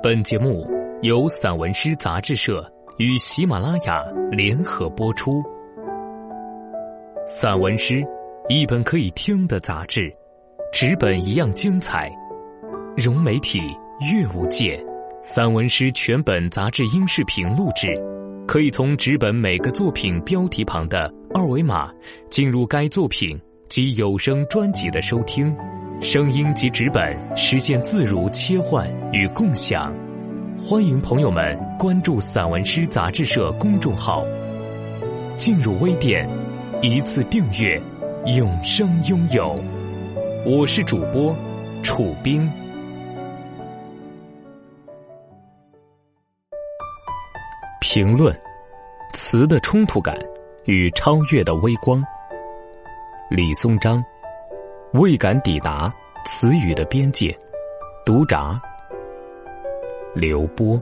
本节目由散文诗杂志社与喜马拉雅联合播出。散文诗，一本可以听的杂志，纸本一样精彩。融媒体阅物界，散文诗全本杂志音视频录制，可以从纸本每个作品标题旁的二维码进入该作品及有声专辑的收听，声音及纸本实现自如切换与共享。欢迎朋友们关注散文诗杂志社公众号，进入微店一次订阅，永生拥有。我是主播楚冰。评论：词的冲突感与超越的微光。李松章，未敢抵达词语的边界。读札，刘波。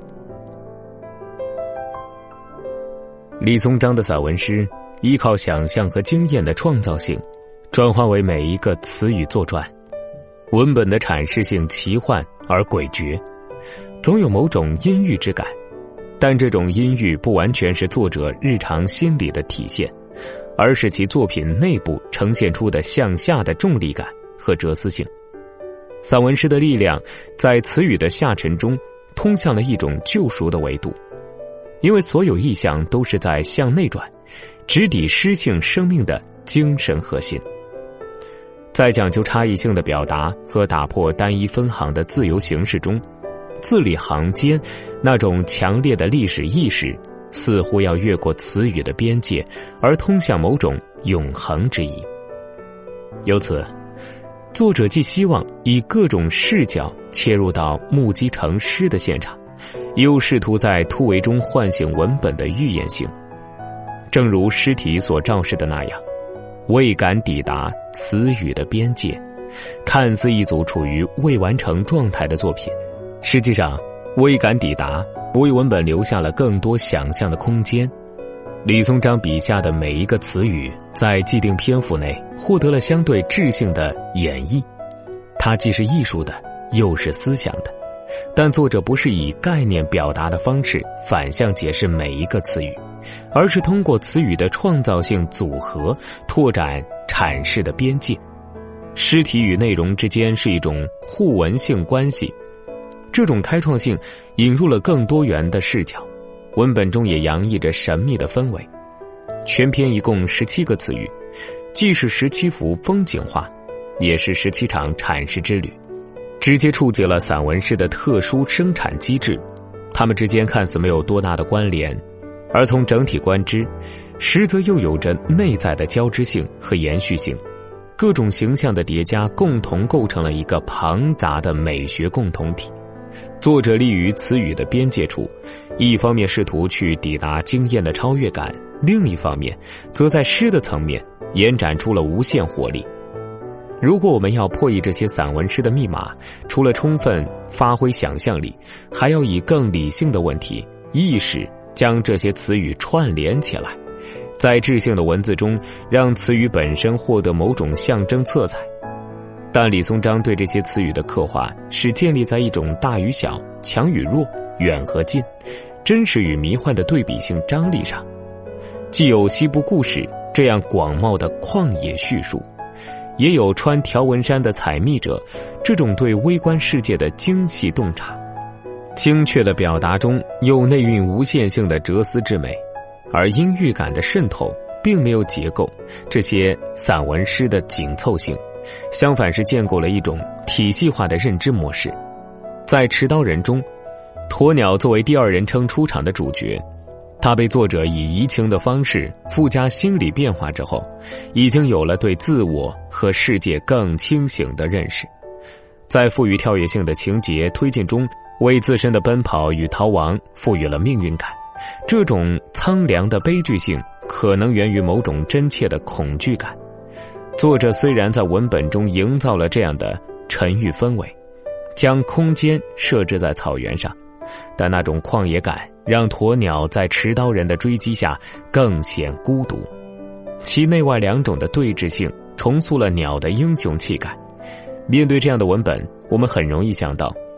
李松章的散文诗依靠想象和经验的创造性，转化为每一个词语作传。文本的阐释性奇幻而诡谲，总有某种阴郁之感，但这种阴郁不完全是作者日常心理的体现，而是其作品内部呈现出的向下的重力感和哲思性。散文诗的力量在词语的下沉中通向了一种救赎的维度，因为所有意象都是在向内转，直抵诗性生命的精神核心。在讲究差异性的表达和打破单一分行的自由形式中，字里行间那种强烈的历史意识似乎要越过词语的边界，而通向某种永恒之意。由此，作者既希望以各种视角切入到目击成诗的现场，又试图在突围中唤醒文本的预言性。正如诗题所昭示的那样，未敢抵达词语的边界，看似一组处于未完成状态的作品，实际上未敢抵达为文本留下了更多想象的空间。李松章笔下的每一个词语在既定篇幅内获得了相对质性的演绎，它既是艺术的，又是思想的，但作者不是以概念表达的方式反向解释每一个词语，而是通过词语的创造性组合拓展阐释的边界。诗题与内容之间是一种互文性关系，这种开创性引入了更多元的视角，文本中也洋溢着神秘的氛围。全篇一共17个词语，既是17幅风景画，也是17场阐释之旅，直接触及了散文诗的特殊生产机制。它们之间看似没有多大的关联，而从整体观之，实则又有着内在的交织性和延续性。各种形象的叠加共同构成了一个庞杂的美学共同体。作者立于词语的边界处，一方面试图去抵达经验的超越感，另一方面则在诗的层面延展出了无限活力。如果我们要破译这些散文诗的密码，除了充分发挥想象力，还要以更理性的问题意识将这些词语串联起来，在质性的文字中让词语本身获得某种象征色彩。但李松章对这些词语的刻画是建立在一种大与小、强与弱、远和近、真实与迷幻的对比性张力上，既有西部故事这样广袤的旷野叙述，也有穿条纹衫的采蜜者这种对微观世界的精细洞察。精确的表达中又内蕴无限性的哲思之美，而阴郁感的渗透并没有结构这些散文诗的紧凑性，相反是建构了一种体系化的认知模式。在持刀人中，鸵鸟作为第二人称出场的主角，他被作者以移情的方式附加心理变化之后，已经有了对自我和世界更清醒的认识。在赋予跳跃性的情节推进中，为自身的奔跑与逃亡赋予了命运感。这种苍凉的悲剧性可能源于某种真切的恐惧感。作者虽然在文本中营造了这样的沉郁氛围，将空间设置在草原上，但那种旷野感让鸵鸟在持刀人的追击下更显孤独。其内外两种的对峙性重塑了鸟的英雄气概。面对这样的文本，我们很容易想到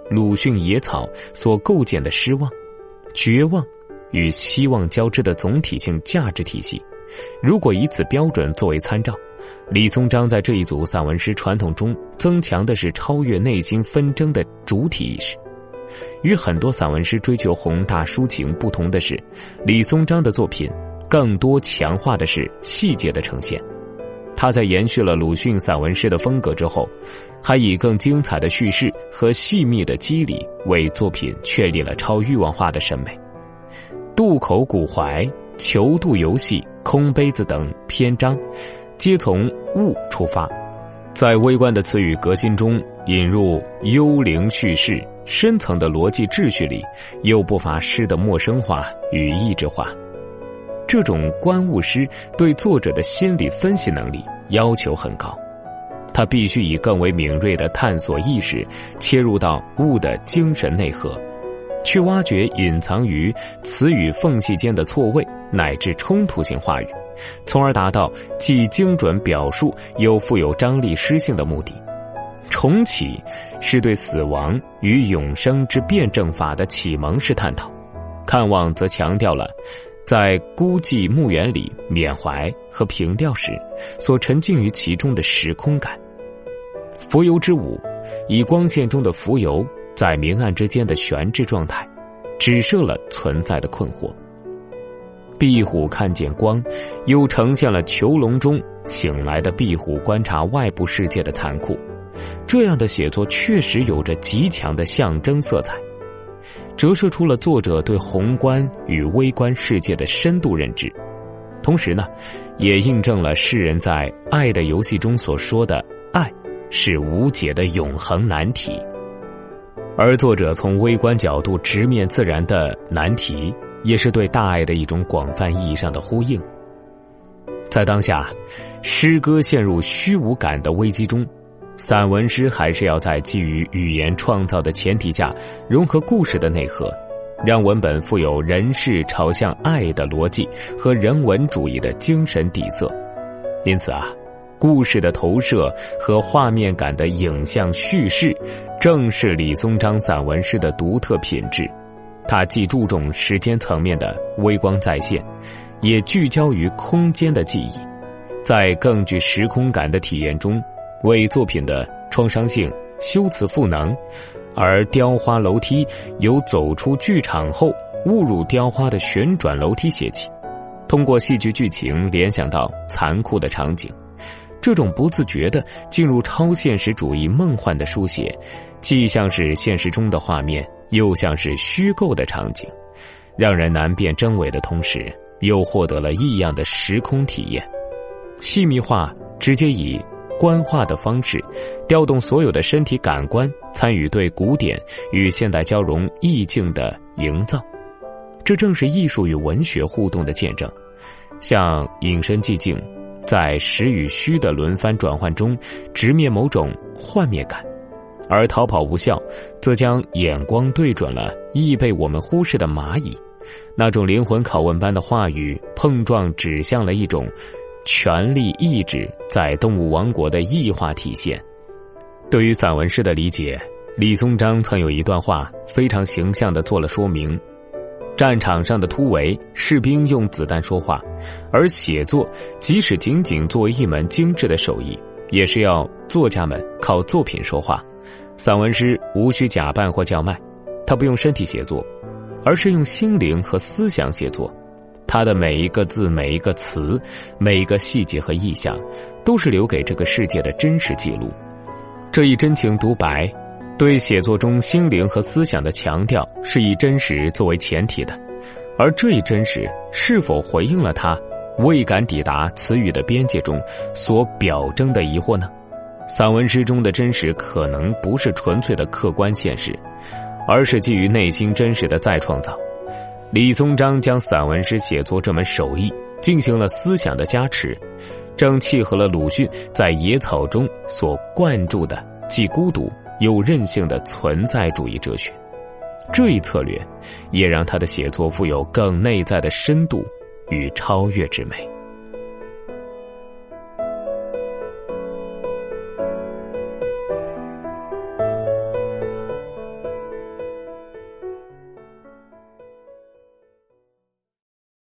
鲁迅野草所构建的失望、绝望与希望交织的总体性价值体系，如果以此标准作为参照，李松章在这一组散文诗传统中增强的是超越内心纷争的主体意识。与很多散文诗追求宏大抒情不同的是，李松章的作品更多强化的是细节的呈现。他在延续了鲁迅散文诗的风格之后，还以更精彩的叙事和细密的机理为作品确立了超欲望化的审美。渡口古怀、求渡游戏、空杯子等篇章皆从物出发，在微观的词语革新中引入幽灵叙事，深层的逻辑秩序里又不乏诗的陌生化与意志化。这种观物诗对作者的心理分析能力要求很高，他必须以更为敏锐的探索意识切入到物的精神内核，去挖掘隐藏于词语缝隙间的错位乃至冲突性话语，从而达到既精准表述又富有张力诗性的目的。重启是对死亡与永生之辩证法的启蒙式探讨，看望则强调了在孤寂墓园里缅怀和凭吊时所沉浸于其中的时空感。浮游之舞以光线中的浮游在明暗之间的悬置状态，指涉了存在的困惑。壁虎看见光，又呈现了囚笼中醒来的壁虎观察外部世界的残酷。这样的写作确实有着极强的象征色彩，折射出了作者对宏观与微观世界的深度认知，同时呢，也印证了诗人在《爱的游戏》中所说的爱是无解的永恒难题。而作者从微观角度直面自然的难题，也是对大爱的一种广泛意义上的呼应。在当下诗歌陷入虚无感的危机中，散文诗还是要在基于语言创造的前提下融合故事的内核，让文本富有人事朝向爱的逻辑和人文主义的精神底色。因此故事的投射和画面感的影像叙事正是李松章散文诗的独特品质。它既注重时间层面的微光再现，也聚焦于空间的记忆，在更具时空感的体验中为作品的创伤性、修辞赋能。而雕花楼梯由走出剧场后误入雕花的旋转楼梯写起，通过戏剧剧情联想到残酷的场景。这种不自觉地进入超现实主义梦幻的书写，既像是现实中的画面，又像是虚构的场景，让人难辨真伪的同时，又获得了异样的时空体验。细密化直接以观化的方式调动所有的身体感官，参与对古典与现代交融意境的营造，这正是艺术与文学互动的见证。像隐身寂静在实与虚的轮番转换中直面某种幻灭感，而逃跑无效则将眼光对准了易被我们忽视的蚂蚁，那种灵魂拷问般的话语碰撞指向了一种权力意志在动物王国的异化体现。对于散文诗的理解，李松章曾有一段话非常形象地做了说明：战场上的突围，士兵用子弹说话，而写作即使仅仅作为一门精致的手艺，也是要作家们靠作品说话。散文诗无需假扮或叫卖，它不用身体写作，而是用心灵和思想写作。它的每一个字、每一个词、每一个细节和意象，都是留给这个世界的真实记录。这一真情独白对写作中心灵和思想的强调，是以真实作为前提的，而这一真实是否回应了他未敢抵达词语的边界中所表征的疑惑呢？散文诗中的真实可能不是纯粹的客观现实，而是基于内心真实的再创造。李松章将散文诗写作这门手艺进行了思想的加持，正契合了鲁迅在《野草》中所灌注的既孤独又任性的存在主义哲学。这一策略也让他的写作富有更内在的深度与超越之美。